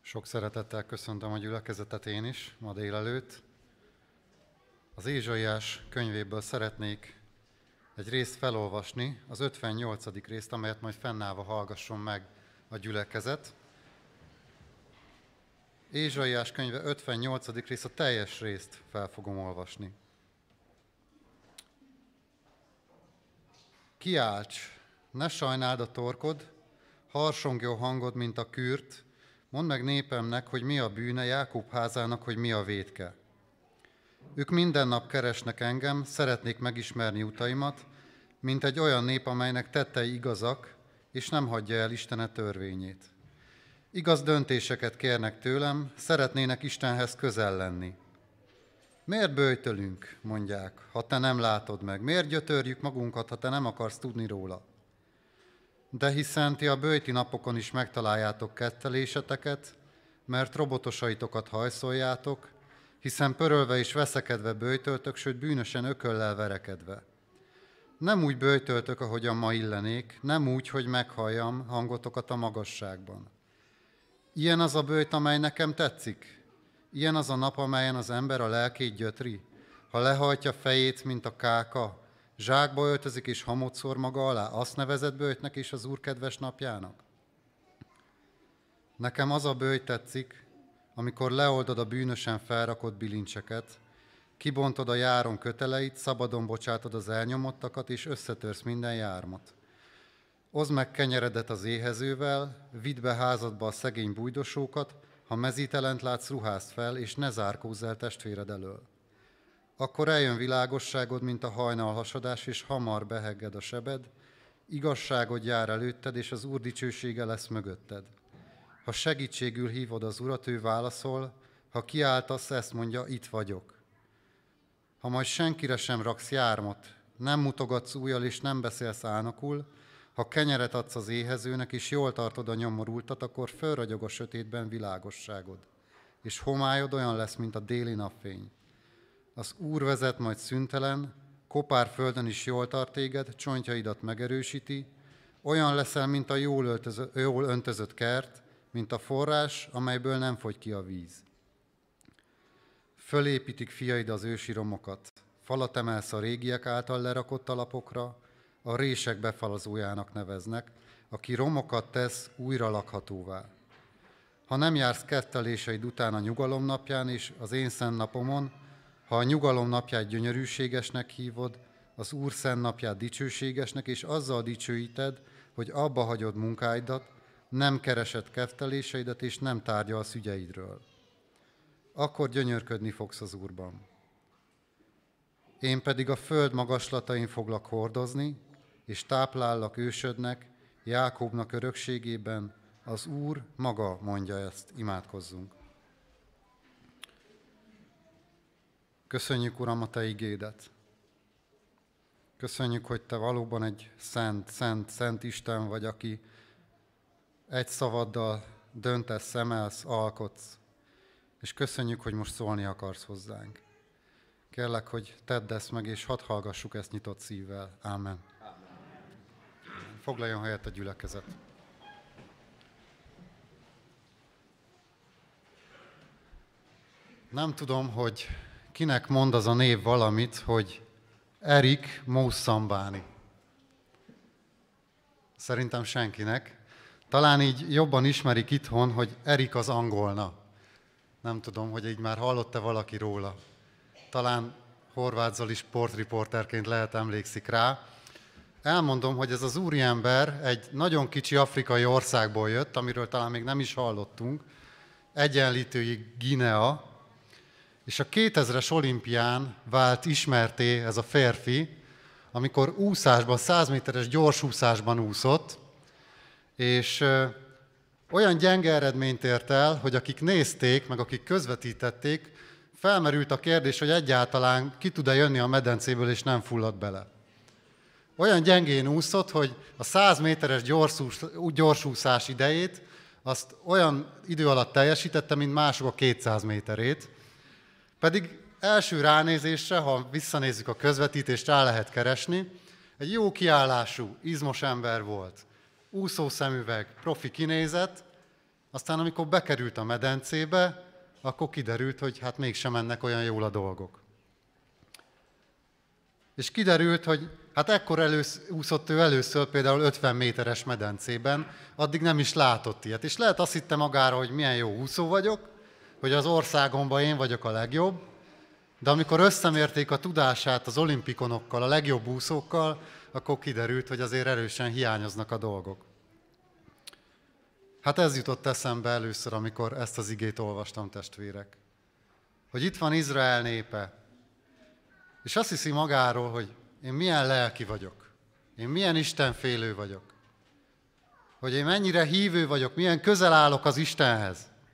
Sok szeretettel köszöntöm a gyülekezetet én is ma délelőtt. Az Ézsaiás könyvéből szeretnék egy részt felolvasni, az 58. részt, amelyet majd fennállva hallgasson meg a gyülekezet. Ézsaiás könyve 58. rész, a teljes részt fel fogom olvasni. Kiálts, ne sajnáld a torkod, harsongjon hangod, mint a kürt, mondd meg népemnek, hogy mi a bűne, Jákob házának, hogy mi a vétke. Ők minden nap keresnek engem, szeretnék megismerni utaimat, mint egy olyan nép, amelynek tettei igazak, és nem hagyja el Istene törvényét. Igaz döntéseket kérnek tőlem, szeretnének Istenhez közel lenni. Miért böjtölünk, mondják, ha te nem látod meg? Miért gyötörjük magunkat, ha te nem akarsz tudni róla? De hiszen ti a böjti napokon is megtaláljátok ketteléseteket, mert robotosaitokat hajszoljátok, hiszen pörölve és veszekedve böjtöltök, sőt bűnösen ököllel verekedve. Nem úgy böjtöltök, ahogyan ma illenék, nem úgy, hogy meghalljam hangotokat a magasságban. Ilyen az a böjt, amely nekem tetszik. Ilyen az a nap, amelyen az ember a lelkét gyötri, ha lehajtja fejét, mint a káka, zsákba öltözik és hamut szór maga alá, azt nevezett böjtnek és az Úr kedves napjának? Nekem az a böjt tetszik, amikor leoldod a bűnösen felrakott bilincseket, kibontod a járon köteleit, szabadon bocsátod az elnyomottakat, és összetörsz minden jármat. Oszd meg kenyeredet az éhezővel, vidd be házadba a szegény bújdosókat, ha mezítelent látsz, ruházd fel, és ne zárkózz el testvéred elől. Akkor eljön világosságod, mint a hajnalhasadás, és hamar behegged a sebed, igazságod jár előtted, és az Úr dicsősége lesz mögötted. Ha segítségül hívod az Urat, ő válaszol, ha kiáltasz, ezt mondja, itt vagyok. Ha majd senkire sem raksz jármot, nem mutogatsz ujjal, és nem beszélsz álnokul, ha kenyeret adsz az éhezőnek, és jól tartod a nyomorultat, akkor fölragyog a sötétben világosságod, és homályod olyan lesz, mint a déli napfény. Az Úr vezet majd szüntelen, kopár földön is jól tart téged, csontjaidat megerősíti, olyan leszel, mint a jól öntözött kert, mint a forrás, amelyből nem fogy ki a víz. Fölépítik fiaid az ősi romokat, falat emelsz a régiek által lerakott alapokra, a rések befalazójának neveznek, aki romokat tesz újra lakhatóvá. Ha nem jársz ketteléseid után a nyugalom napján és az én szent napomon, ha a nyugalom napját gyönyörűségesnek hívod, az Úr szent napját dicsőségesnek, és azzal dicsőíted, hogy abba hagyod munkáidat, nem keresed ketteléseidet, és nem tárgyalsz ügyeidről. Akkor gyönyörködni fogsz az Úrban. Én pedig a föld magaslatain foglak hordozni, és táplállak ősödnek, Jákobnak örökségében, az Úr maga mondja ezt, imádkozzunk. Köszönjük, Uram, a Te igédet. Köszönjük, hogy Te valóban egy szent Isten vagy, aki egy szavaddal döntesz, emelsz, alkotsz. És köszönjük, hogy most szólni akarsz hozzánk. Kérlek, hogy tedd ezt meg, és hadd hallgassuk ezt nyitott szívvel. Ámen. Foglaljon helyet a gyülekezet. Nem tudom, hogy kinek mond az a név valamit, hogy Erik Moussambani. Szerintem senkinek. Talán így jobban ismerik itthon, hogy Erik az angolna. Nem tudom, hogy így már hallott-e valaki róla. Talán Horváth Zoli sportriporterként lehet emlékszik rá. Elmondom, hogy ez az úriember egy nagyon kicsi afrikai országból jött, amiről talán még nem is hallottunk, Egyenlítői Guinea, és a 2000-es olimpián vált ismertté ez a férfi, amikor úszásban, 100 méteres gyorsúszásban úszott, és olyan gyenge eredményt ért el, hogy akik nézték, meg akik közvetítették, felmerült a kérdés, hogy egyáltalán ki tud-e jönni a medencéből, és nem fullad bele. Olyan gyengén úszott, hogy a 100 méteres gyorsúszás idejét azt olyan idő alatt teljesítette, mint mások a 200 méterét. Pedig első ránézésre, ha visszanézzük a közvetítést, rá lehet keresni, egy jó kiállású, izmos ember volt. Úszószemüveg, profi kinézet, Aztán amikor bekerült a medencébe, akkor kiderült, hogy hát mégsem mennek olyan jól a dolgok. És kiderült, hogy hát ekkor úszott ő először például 50 méteres medencében, addig nem is látott ilyet. És lehet azt hitte magára, hogy milyen jó úszó vagyok, hogy az országomban én vagyok a legjobb, de amikor összemérték a tudását az olimpikonokkal, a legjobb úszókkal, akkor kiderült, hogy azért erősen hiányoznak a dolgok. Hát ez jutott eszembe először, amikor ezt az igét olvastam, testvérek. Hogy itt van Izrael népe, és azt hiszi magáról, hogy én milyen lelki vagyok, én milyen istenfélő vagyok, hogy én mennyire hívő vagyok, milyen közel állok az Istenhez.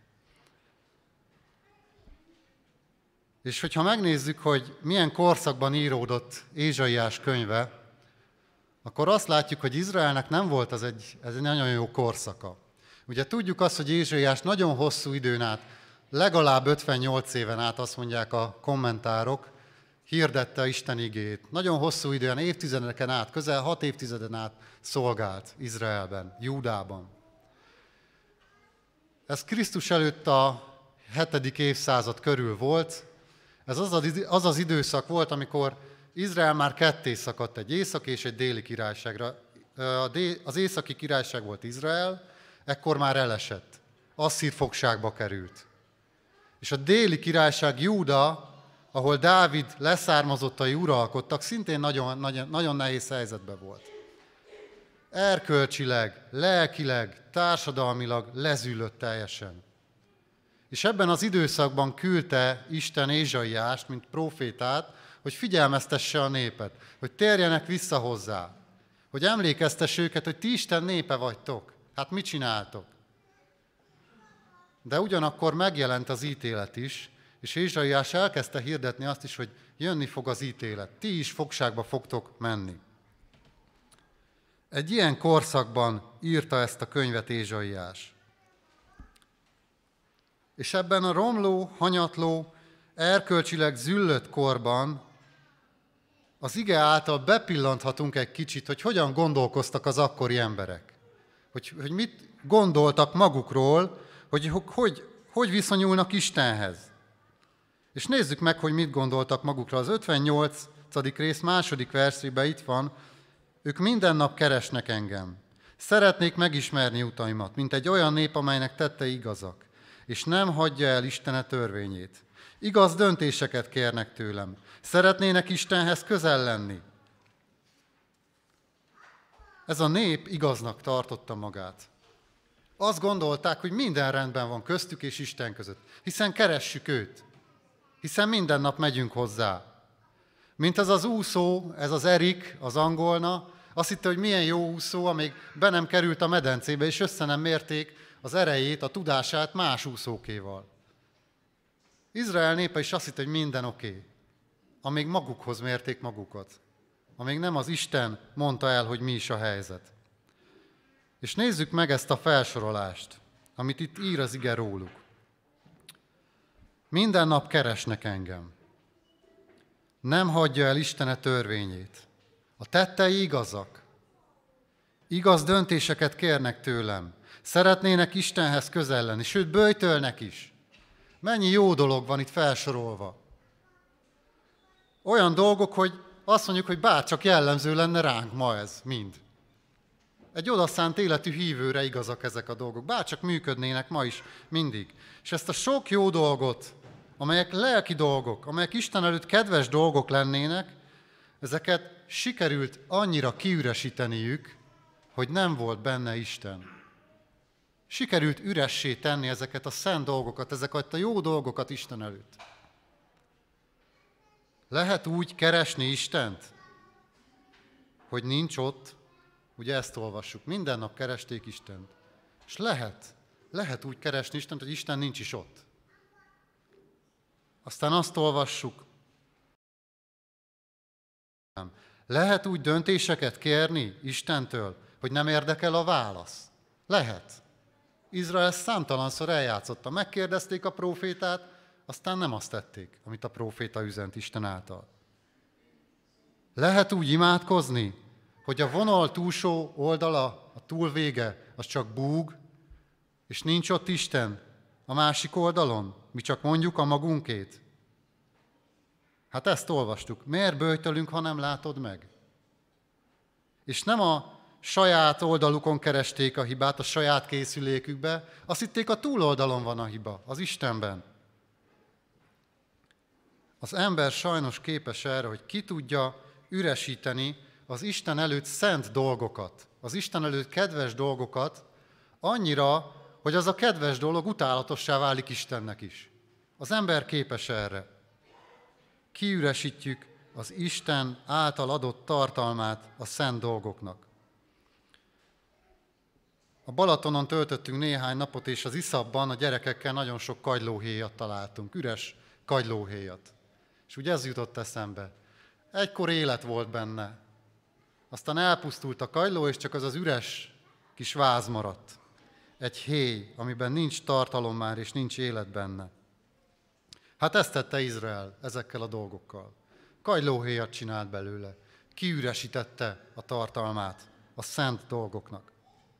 És hogyha megnézzük, hogy milyen korszakban íródott Ézsaiás könyve, akkor azt látjuk, hogy Izraelnek nem volt ez egy nagyon jó korszaka. Ugye tudjuk azt, hogy Ézsaiás nagyon hosszú időn át, legalább 58 éven át, azt mondják a kommentárok, hirdette Isten igéjét. Nagyon hosszú időn, évtizedeken át, közel 6 évtizeden át szolgált Izraelben, Júdában. Ez Krisztus előtt a 7. évszázad körül volt. Ez az az időszak volt, amikor Izrael már ketté szakadt, egy északi és egy déli királyságra. Az északi királyság volt Izrael, ekkor már elesett. Asszír fogságba került. És a déli királyság Júda, ahol Dávid leszármazottai uralkodtak, szintén nagyon nehéz helyzetben volt. Erkölcsileg, lelkileg, társadalmilag lezűlött teljesen. És ebben az időszakban küldte Isten Ézsaiást, mint prófétát, hogy figyelmeztesse a népet, hogy térjenek vissza hozzá, hogy emlékeztesse őket, hogy ti Isten népe vagytok. Hát mit csináltok? De ugyanakkor megjelent az ítélet is, és Ézsaiás elkezdte hirdetni azt is, hogy jönni fog az ítélet. Ti is fogságba fogtok menni. Egy ilyen korszakban írta ezt a könyvet Ézsaiás. És ebben a romló, hanyatló, erkölcsileg züllött korban az ige által bepillanthatunk egy kicsit, hogy hogyan gondolkoztak az akkori emberek. Hogy mit gondoltak magukról, hogy viszonyulnak Istenhez. És nézzük meg, hogy mit gondoltak magukra. Az 58. rész második versében itt van, ők minden nap keresnek engem. Szeretnék megismerni utaimat, mint egy olyan nép, amelynek tettei igazak, és nem hagyja el Istene törvényét. Igaz döntéseket kérnek tőlem. Szeretnének Istenhez közel lenni. Ez a nép igaznak tartotta magát. Azt gondolták, hogy minden rendben van köztük és Isten között, hiszen keressük őt, hiszen minden nap megyünk hozzá. Mint ez az úszó, ez az Erik, az angolna, azt hitte, hogy milyen jó úszó, amíg be nem került a medencébe, és össze nem mérték az erejét, a tudását más úszókéval. Izrael népe is azt hitte, hogy minden oké, amíg magukhoz mérték magukat, amíg nem az Isten mondta el, hogy mi is a helyzet. És nézzük meg ezt a felsorolást, amit itt ír az ige róluk. Minden nap keresnek engem. Nem hagyja el Istene törvényét. A tettei igazak. Igaz döntéseket kérnek tőlem. Szeretnének Istenhez közel lenni, sőt, böjtölnek is. Mennyi jó dolog van itt felsorolva. Olyan dolgok, hogy azt mondjuk, hogy bárcsak jellemző lenne ránk ma ez mind. Egy odaszánt életű hívőre igazak ezek a dolgok, bárcsak működnének ma is mindig. És ezt a sok jó dolgot, amelyek lelki dolgok, amelyek Isten előtt kedves dolgok lennének, ezeket sikerült annyira kiüresíteniük, hogy nem volt benne Isten. Sikerült üressé tenni ezeket a szent dolgokat, ezeket a jó dolgokat Isten előtt. Lehet úgy keresni Istent, hogy nincs ott, ugye ezt olvassuk, minden nap keresték Istent. És lehet úgy keresni Istent, hogy Isten nincs is ott. Aztán azt olvassuk, lehet úgy döntéseket kérni Istentől, hogy nem érdekel a válasz. Lehet. Izrael számtalanszor eljátszotta, megkérdezték a prófétát, aztán nem azt tették, amit a próféta üzent Isten által. Lehet úgy imádkozni, hogy a vonal túlsó oldala, a túlvége, az csak búg, És nincs ott Isten a másik oldalon? Mi csak mondjuk a magunkét? Hát ezt olvastuk. Miért böjtölünk, ha nem látod meg? És nem a saját oldalukon keresték a hibát, a saját készülékükbe, azt hitték, a túloldalon van a hiba, az Istenben. Az ember sajnos képes erre, hogy ki tudja üresíteni az Isten előtt szent dolgokat, az Isten előtt kedves dolgokat, annyira, hogy az a kedves dolog utálatossá válik Istennek is. Az ember képes erre. Kiüresítjük az Isten által adott tartalmát a szent dolgoknak. A Balatonon töltöttünk néhány napot, és az iszapban a gyerekekkel nagyon sok kagylóhéjat találtunk, üres kagylóhéjat. És úgy ez jutott eszembe. Egykor élet volt benne. Aztán elpusztult a kagyló, és csak az üres kis váz maradt. Egy héj, amiben nincs tartalom már, és nincs élet benne. Hát ezt tette Izrael ezekkel a dolgokkal. Kagylóhéjat csinált belőle. Kiüresítette a tartalmát a szent dolgoknak.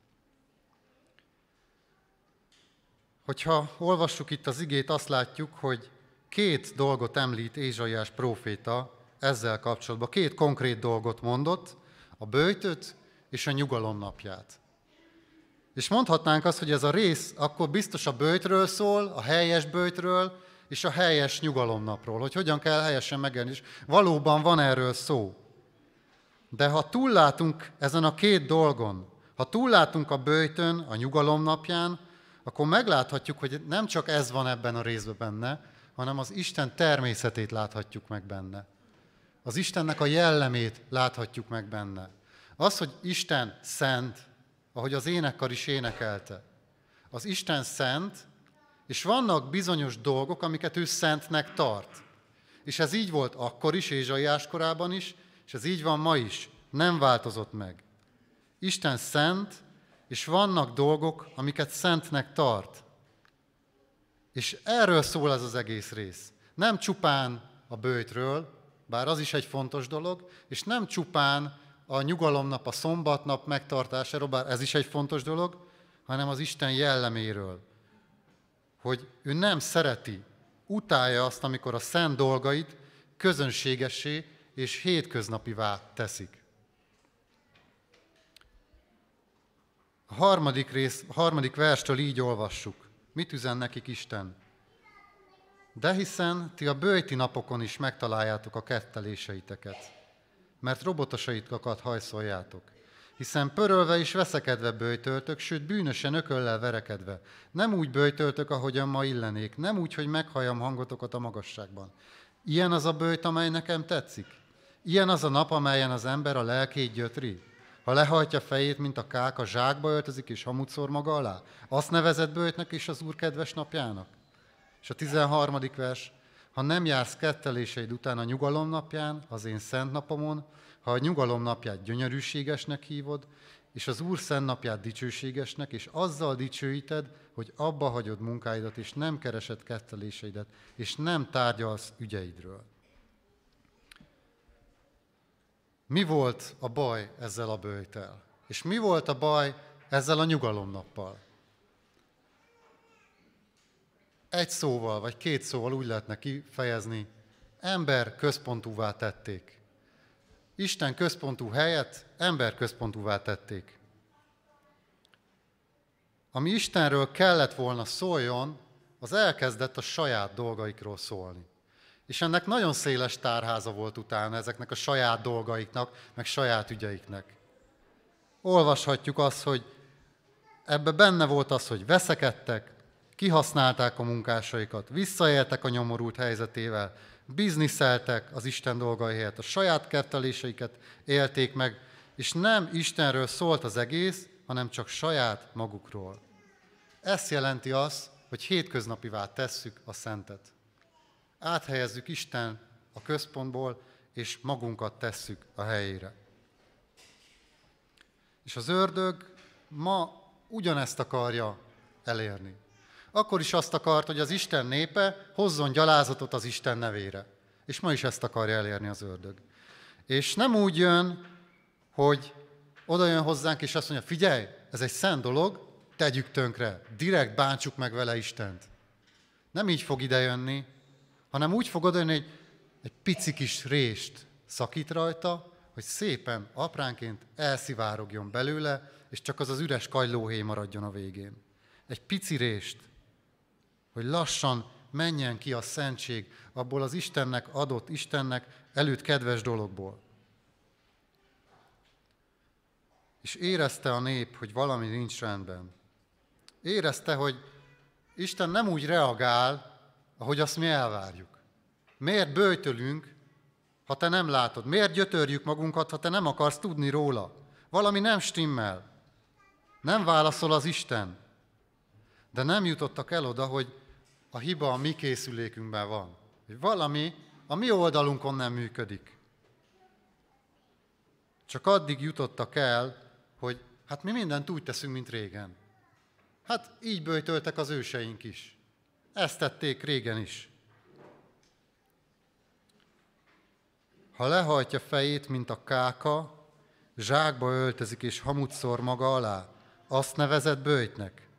Hogyha olvassuk itt az igét, azt látjuk, hogy 2 dolgot említ Ézsaiás próféta ezzel kapcsolatban. 2 konkrét dolgot mondott, a böjtöt és a nyugalom napját. És mondhatnánk azt, hogy ez a rész akkor biztos a böjtről szól, a helyes böjtről és a helyes nyugalomnapról, hogy hogyan kell helyesen megélni. És valóban van erről szó. De ha túllátunk ezen a 2 dolgon, ha túllátunk a böjtön, a nyugalom napján, akkor megláthatjuk, hogy nem csak ez van ebben a részben benne, hanem az Isten természetét láthatjuk meg benne. Az Istennek a jellemét láthatjuk meg benne. Az, hogy Isten szent, ahogy az énekkar is énekelte. Az Isten szent, és vannak bizonyos dolgok, amiket ő szentnek tart. És ez így volt akkor is, Ézsaiás korában is, és ez így van ma is. Nem változott meg. Isten szent, és vannak dolgok, amiket szentnek tart. És erről szól ez az egész rész. Nem csupán a böjtről, bár az is egy fontos dolog, és nem csupán a nyugalomnap, a szombatnap megtartásáról, bár ez is egy fontos dolog, hanem az Isten jelleméről. Hogy ő nem szereti, utálja azt, amikor a szent dolgait közönségessé és hétköznapivá teszik. A harmadik verstől így olvassuk. Mit üzen nekik Isten? De hiszen ti a böjti napokon is megtaláljátok a ketteléseiteket, mert robotosaitokat hajszoljátok. Hiszen pörölve és veszekedve böjtöltök, sőt bűnösen ököllel verekedve. Nem úgy böjtöltök, ahogyan ma illenék, nem úgy, hogy meghalljam hangotokat a magasságban. Ilyen az a böjt, amely nekem tetszik. Ilyen az a nap, amelyen az ember a lelkét gyötri. Ha lehajtja fejét, mint a kák, a zsákba öltözik és hamut szór maga alá. Azt nevezett böjtnek és az Úr kedves napjának. És a 13. vers. Ha nem jársz ketteléseid után a nyugalom napján, az én szent napomon, ha a nyugalom napját gyönyörűségesnek hívod, és az Úr szent napját dicsőségesnek, és azzal dicsőíted, hogy abba hagyod munkáidat, és nem keresed ketteléseidet, és nem tárgyalsz ügyeidről. Mi volt a baj ezzel a böjttel? És mi volt a baj ezzel a nyugalomnappal? Egy szóval, vagy 2 szóval úgy lehetne kifejezni, ember központúvá tették. Isten központú helyett ember központúvá tették. Ami Istenről kellett volna szóljon, az elkezdett a saját dolgaikról szólni. És ennek nagyon széles tárháza volt utána ezeknek a saját dolgaiknak, meg saját ügyeiknek. Olvashatjuk azt, hogy ebbe benne volt az, hogy veszekedtek, kihasználták a munkásaikat, visszaéltek a nyomorult helyzetével, bizniszeltek az Isten dolgai helyett, a saját ketteléseiket élték meg, és nem Istenről szólt az egész, hanem csak saját magukról. Ez jelenti azt, hogy hétköznapivá tesszük a szentet. Áthelyezzük Isten a központból, és magunkat tesszük a helyére. És az ördög ma ugyanezt akarja elérni. Akkor is azt akart, hogy az Isten népe hozzon gyalázatot az Isten nevére. És ma is ezt akarja elérni az ördög. És nem úgy jön, hogy oda jön hozzánk, és azt mondja, figyelj, ez egy szent dolog, tegyük tönkre, direkt bántsuk meg vele Istent. Nem így fog idejönni, hanem úgy fog odajönni, hogy egy pici kis rést szakít rajta, hogy szépen, apránként elszivárogjon belőle, és csak az üres kagylóhéj maradjon a végén. Egy pici rést, hogy lassan menjen ki a szentség abból az Istennek adott, Istennek előtt kedves dologból. És érezte a nép, hogy valami nincs rendben. Érezte, hogy Isten nem úgy reagál, ahogy azt mi elvárjuk. Miért böjtölünk, ha te nem látod? Miért gyötörjük magunkat, ha te nem akarsz tudni róla? Valami nem stimmel. Nem válaszol az Isten. De nem jutottak el oda, hogy a hiba a mi készülékünkben van. Hogy valami a mi oldalunkon nem működik. Csak addig jutottak el, hogy hát mi mindent úgy teszünk, mint régen. Hát így böjtöltek az őseink is. Ezt tették régen is. Ha lehajtja fejét, mint a káka, zsákba öltözik és hamut szor maga alá, azt nevezett böjtnek.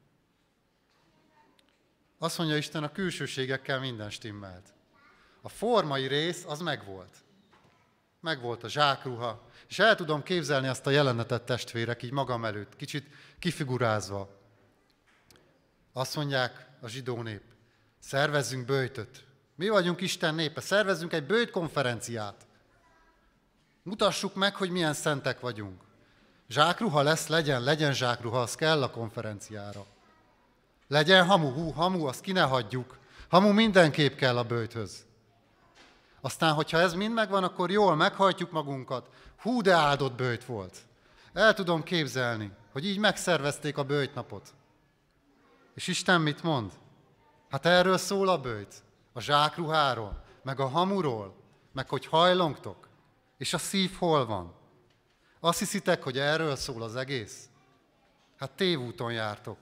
Azt mondja Isten, a külsőségekkel minden stimmelt. A formai rész az megvolt. Megvolt a zsákruha, és el tudom képzelni azt a jelenetet, testvérek, így magam előtt, kicsit kifigurázva. Azt mondják a zsidó nép, szervezzünk böjtöt. Mi vagyunk Isten népe, szervezzünk egy böjtkonferenciát. Mutassuk meg, hogy milyen szentek vagyunk. Zsákruha lesz, legyen zsákruha, az kell a konferenciára. Legyen hamu, hamu, azt ki ne hagyjuk. Hamu mindenképp kell a böjthöz. Aztán, hogyha ez mind megvan, akkor jól meghajtjuk magunkat. Hú, de áldott böjt volt. El tudom képzelni, hogy így megszervezték a böjtnapot. És Isten mit mond? Hát erről szól a böjt. A zsákruháról, meg a hamuról, meg hogy hajlongtok. És a szív hol van? Azt hiszitek, hogy erről szól az egész? Hát tévúton jártok.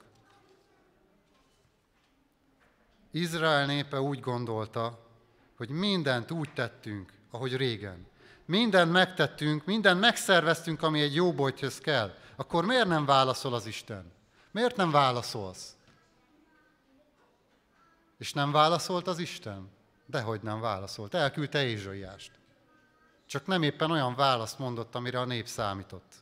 Izrael népe úgy gondolta, hogy mindent úgy tettünk, ahogy régen. Mindent megtettünk, mindent megszerveztünk, ami egy jó böjthöz kell. Akkor miért nem válaszol az Isten? Miért nem válaszolsz? És nem válaszolt az Isten? Dehogy nem válaszolt. Elküldte Ézsaiást. Csak nem éppen olyan választ mondott, amire a nép számított.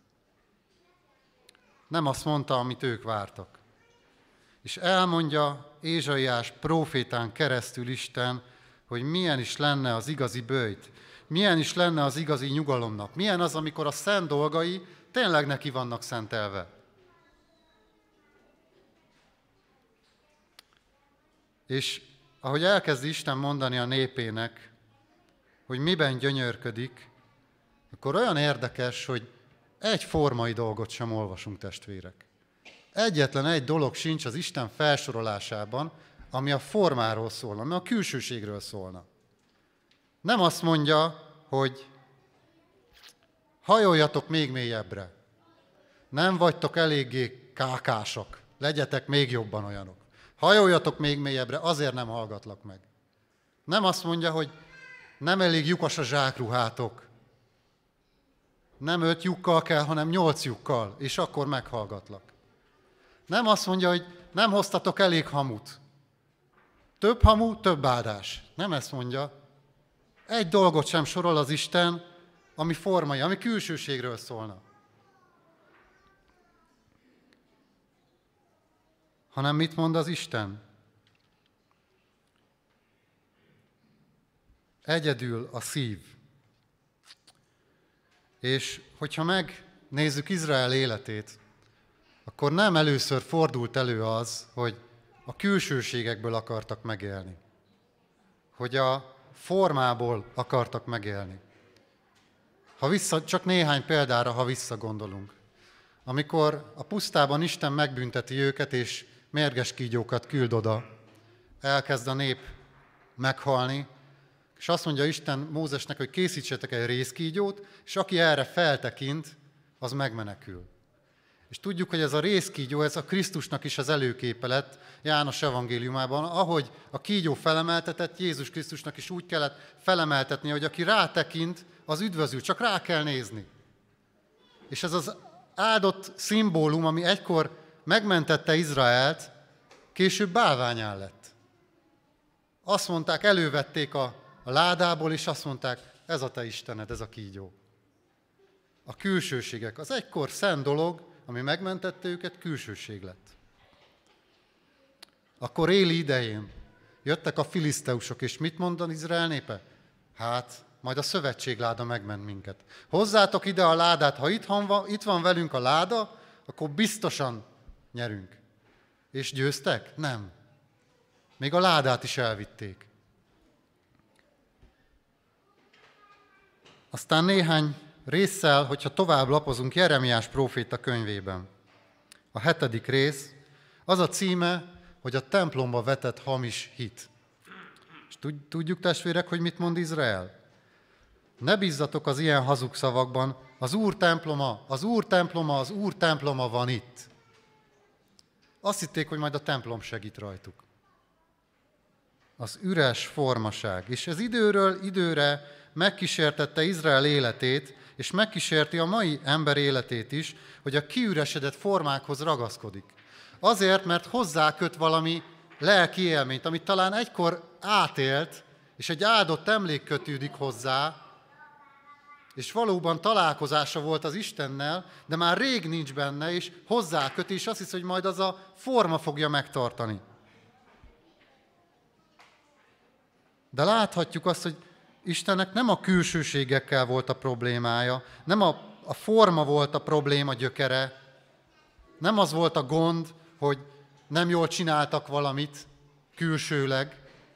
Nem azt mondta, amit ők vártak. És elmondja Ézsaiás prófétán keresztül Isten, hogy milyen is lenne az igazi böjt, milyen is lenne az igazi nyugalomnak, milyen az, amikor a szent dolgai tényleg neki vannak szentelve. És ahogy elkezdi Isten mondani a népének, hogy miben gyönyörködik, akkor olyan érdekes, hogy egy formai dolgot sem olvasunk, testvérek. Egyetlen egy dolog sincs az Isten felsorolásában, ami a formáról szólna, ami a külsőségről szólna. Nem azt mondja, hogy hajoljatok még mélyebbre. Nem vagytok eléggé kákásak, legyetek még jobban olyanok. Hajoljatok még mélyebbre, azért nem hallgatlak meg. Nem azt mondja, hogy nem elég lyukas a zsákruhátok. Nem 5 lyukkal kell, hanem 8 lyukkal, és akkor meghallgatlak. Nem azt mondja, hogy nem hoztatok elég hamut. Több hamu, több áldás. Nem ezt mondja. Egy dolgot sem sorol az Isten, ami formai, ami külsőségről szólna. Hanem mit mond az Isten? Egyedül a szív. És hogyha megnézzük Izrael életét, akkor nem először fordult elő az, hogy a külsőségekből akartak megélni. Hogy a formából akartak megélni. Csak néhány példára, ha visszagondolunk. Amikor a pusztában Isten megbünteti őket, és mérges kígyókat küld oda, elkezd a nép meghalni, és azt mondja Isten Mózesnek, hogy készítsetek egy rézkígyót, és aki erre feltekint, az megmenekül. És tudjuk, hogy ez a rézkígyó, ez a Krisztusnak is az előképe lett János evangéliumában. Ahogy a kígyó felemeltetett, Jézus Krisztusnak is úgy kellett felemeltetni, hogy aki rátekint, az üdvözül, csak rá kell nézni. És ez az áldott szimbólum, ami egykor megmentette Izraelt, később bálványá lett. Azt mondták, elővették a ládából, és azt mondták, ez a te Istened, ez a kígyó. A külsőségek. Az egykor szent dolog, ami megmentette őket, külsőség lett. Akkor Éli idején jöttek a filiszteusok, és mit mondta Izrael népe? Hát, majd a szövetségláda megment minket. Hozzátok ide a ládát, ha itt van velünk a láda, akkor biztosan nyerünk. És győztek? Nem. Még a ládát is elvitték. Aztán néhány résszel, hogyha tovább lapozunk Jeremiás próféta könyvében. A 7. rész, az a címe, hogy a templomba vetett hamis hit. És tudjuk, testvérek, hogy mit mond Izrael? Ne bízzatok az ilyen hazug szavakban, az Úr temploma, az Úr temploma, az Úr temploma van itt. Azt hitték, hogy majd a templom segít rajtuk. Az üres formaság. És ez időről időre megkísértette Izrael életét, és megkísérti a mai ember életét is, hogy a kiüresedett formákhoz ragaszkodik. Azért, mert hozzáköt valami lelki élményt, amit talán egykor átélt, és egy áldott emlék kötődik hozzá, és valóban találkozása volt az Istennel, de már rég nincs benne, és hozzáköt, és azt hisz, hogy majd az a forma fogja megtartani. De láthatjuk azt, hogy Istennek nem a külsőségekkel volt a problémája, nem a forma volt a probléma gyökere, nem az volt a gond, hogy nem jól csináltak valamit külsőleg,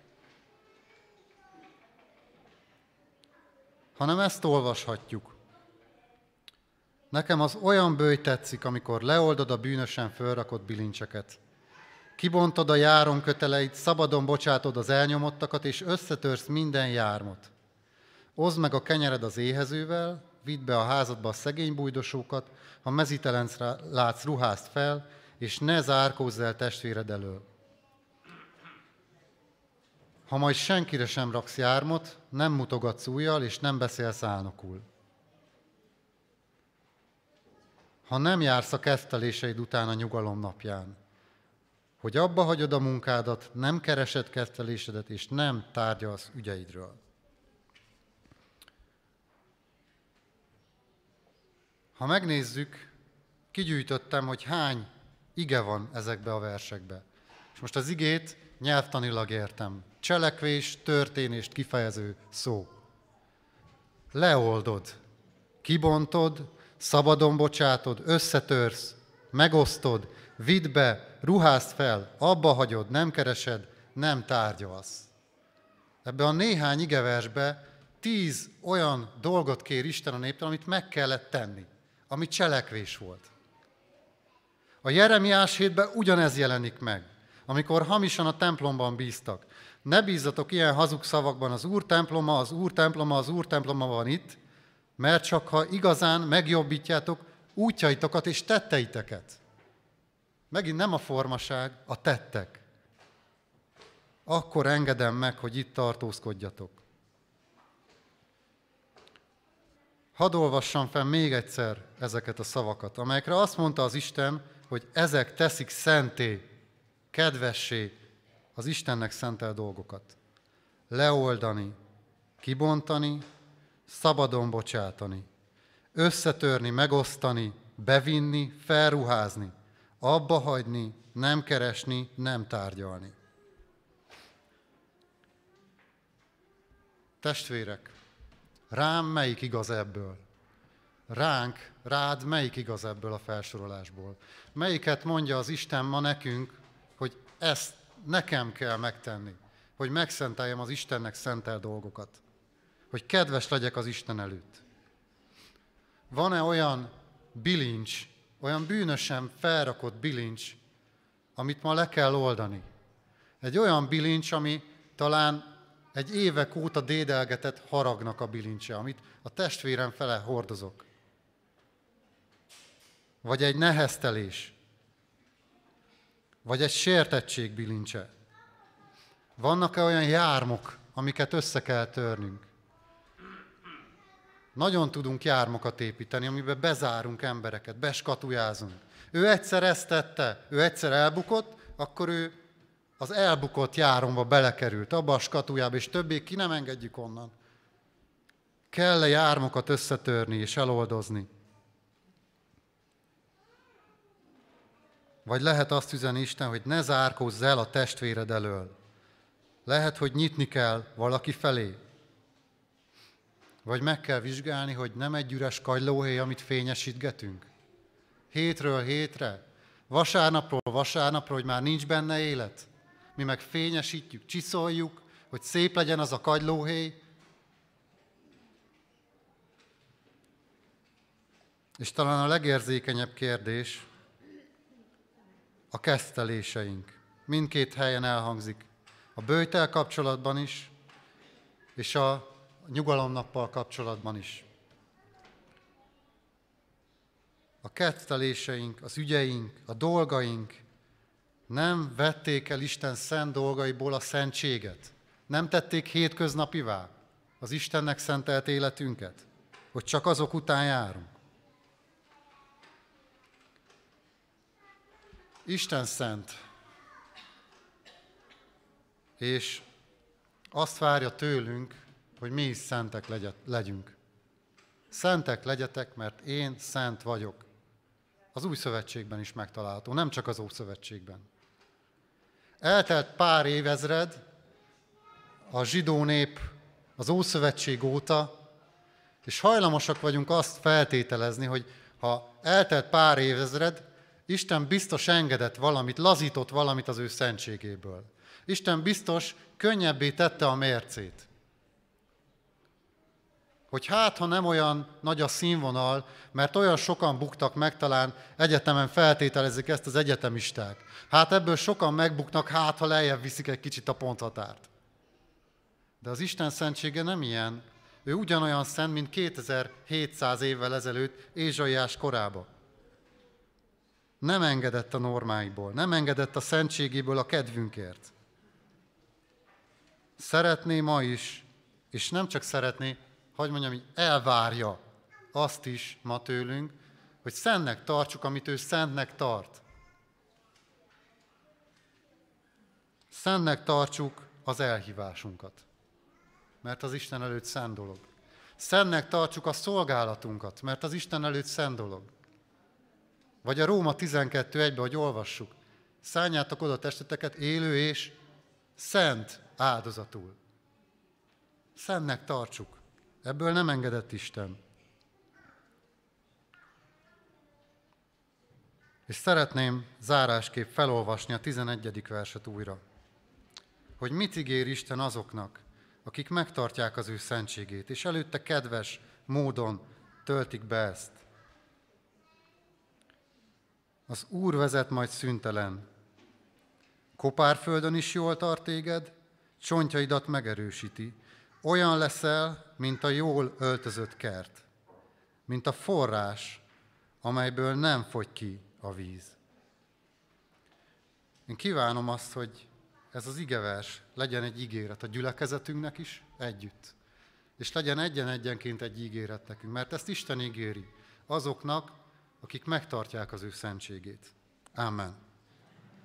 hanem ezt olvashatjuk. Nekem az olyan bőj tetszik, amikor leoldod a bűnösen fölrakott bilincseket. Kibontod a járon köteleit, szabadon bocsátod az elnyomottakat, és összetörsz minden jármot. Oszd meg a kenyered az éhezővel, vidd be a házadba a szegény bujdosókat, ha mezitelenc látsz, ruházd fel, és ne zárkózz el testvéred elől. Ha majd senkire sem raksz jármot, nem mutogatsz ujjal, és nem beszélsz álnokul. Ha nem jársz a ketteléseid után a nyugalom napján, hogy abba hagyod a munkádat, nem keresed kettelésedet, és nem tárgyalsz ügyeidről. Ha megnézzük, kigyűjtöttem, hogy hány ige van ezekbe a versekbe. És most az igét nyelvtanilag értem. Cselekvés, történést kifejező szó. Leoldod, kibontod, szabadon bocsátod, összetörsz, megosztod, vidd be, ruházd fel, abba hagyod, nem keresed, nem tárgyalsz. Ebben a néhány igeversbe 10 olyan dolgot kér Isten a néptől, amit meg kellett tenni, ami cselekvés volt. A Jeremiás 7-ben ugyanez jelenik meg, amikor hamisan a templomban bíztak. Ne bízzatok ilyen hazug szavakban, az Úr temploma, az Úr temploma, az Úr temploma van itt, mert csak ha igazán megjobbítjátok útjaitokat és tetteiteket. Megint nem a formaság, a tettek. Akkor engedem meg, hogy itt tartózkodjatok. Hadd olvassam fel még egyszer ezeket a szavakat, amelyekre azt mondta az Isten, hogy ezek teszik szenté, kedvessé az Istennek szentelt dolgokat. Leoldani, kibontani, szabadon bocsátani, összetörni, megosztani, bevinni, felruházni, abba hagyni, nem keresni, nem tárgyalni. Testvérek, rám melyik igaz ebből? Rád melyik igaz ebből a felsorolásból? Melyiket mondja az Isten ma nekünk, hogy ezt nekem kell megtenni, hogy megszenteljem az Istennek szentelt dolgokat, hogy kedves legyek az Isten előtt? Van-e olyan bilincs, olyan bűnösen felrakott bilincs, amit ma le kell oldani? Egy olyan bilincs, ami talán egy évek óta dédelgetett haragnak a bilincse, amit a testvérem fele hordozok. Vagy egy neheztelés, vagy egy sértettség bilincse. Vannak-e olyan jármok, amiket össze kell törnünk? Nagyon tudunk jármokat építeni, amiben bezárunk embereket, beskatujázunk. Ő egyszer ezt tette, ő egyszer elbukott, akkor ő az elbukott járomba belekerült, abba a skatujába, és többé ki nem engedjük onnan. Kell-e jármokat összetörni és eloldozni? Vagy lehet azt üzeni Isten, hogy ne zárkózz el a testvéred elől. Lehet, hogy nyitni kell valaki felé. Vagy meg kell vizsgálni, hogy nem egy üres kagylóhéj, amit fényesítgetünk. Hétről hétre, vasárnapról vasárnapra, hogy már nincs benne élet. Mi meg fényesítjük, csiszoljuk, hogy szép legyen az a kagylóhéj. És talán a legérzékenyebb kérdés a kezdteléseink. Mindkét helyen elhangzik. A böjttel kapcsolatban is, és a nyugalomnappal kapcsolatban is. A ketteléseink, az ügyeink, a dolgaink nem vették el Isten szent dolgaiból a szentséget. Nem tették hétköznapivá az Istennek szentelt életünket, hogy csak azok után járunk. Isten szent, és azt várja tőlünk, hogy mi is szentek legyünk. Szentek legyetek, mert én szent vagyok. Az Új Szövetségben is megtalálható, nem csak az Ószövetségben. Eltelt pár évezred, a zsidó nép az Ószövetség óta, és hajlamosak vagyunk azt feltételezni, hogy ha eltelt pár évezred, Isten biztos engedett valamit, lazított valamit az ő szentségéből. Isten biztos könnyebbé tette a mércét. Hogy hát, ha nem olyan nagy a színvonal, mert olyan sokan buktak meg, talán egyetemen feltételezik ezt az egyetemisták. Hát ebből sokan megbuknak, hát ha lejjebb viszik egy kicsit a ponthatárt. De az Isten szentsége nem ilyen. Ő ugyanolyan szent, mint 2700 évvel ezelőtt Ézsaiás korában. Nem engedett a normáiból, nem engedett a szentségéből a kedvünkért. Szeretné ma is, és nem csak szeretné, hogy mondjam, hogy elvárja azt is ma tőlünk, hogy szentnek tartsuk, amit ő szentnek tart. Szentnek tartsuk az elhívásunkat, mert az Isten előtt szent dolog. Szentnek tartsuk a szolgálatunkat, mert az Isten előtt szent dolog. Vagy a Róma 12.1-ben, hogy olvassuk, szálljátok oda testeteket élő és szent áldozatul. Szentnek tartsuk. Ebből nem engedett Isten. És szeretném zárásképp felolvasni a 11. verset újra. Hogy mit ígér Isten azoknak, akik megtartják az ő szentségét, és előtte kedves módon töltik be ezt. Az Úr vezet majd szüntelen. Kopárföldön is jól tart téged, csontjaidat megerősíti. Olyan leszel, mint a jól öltözött kert, mint a forrás, amelyből nem fogy ki a víz. Én kívánom azt, hogy ez az igevers legyen egy ígéret a gyülekezetünknek is együtt, és legyen egyenként egy ígéret nekünk, mert ezt Isten ígéri azoknak, akik megtartják az ő szentségét. Amen.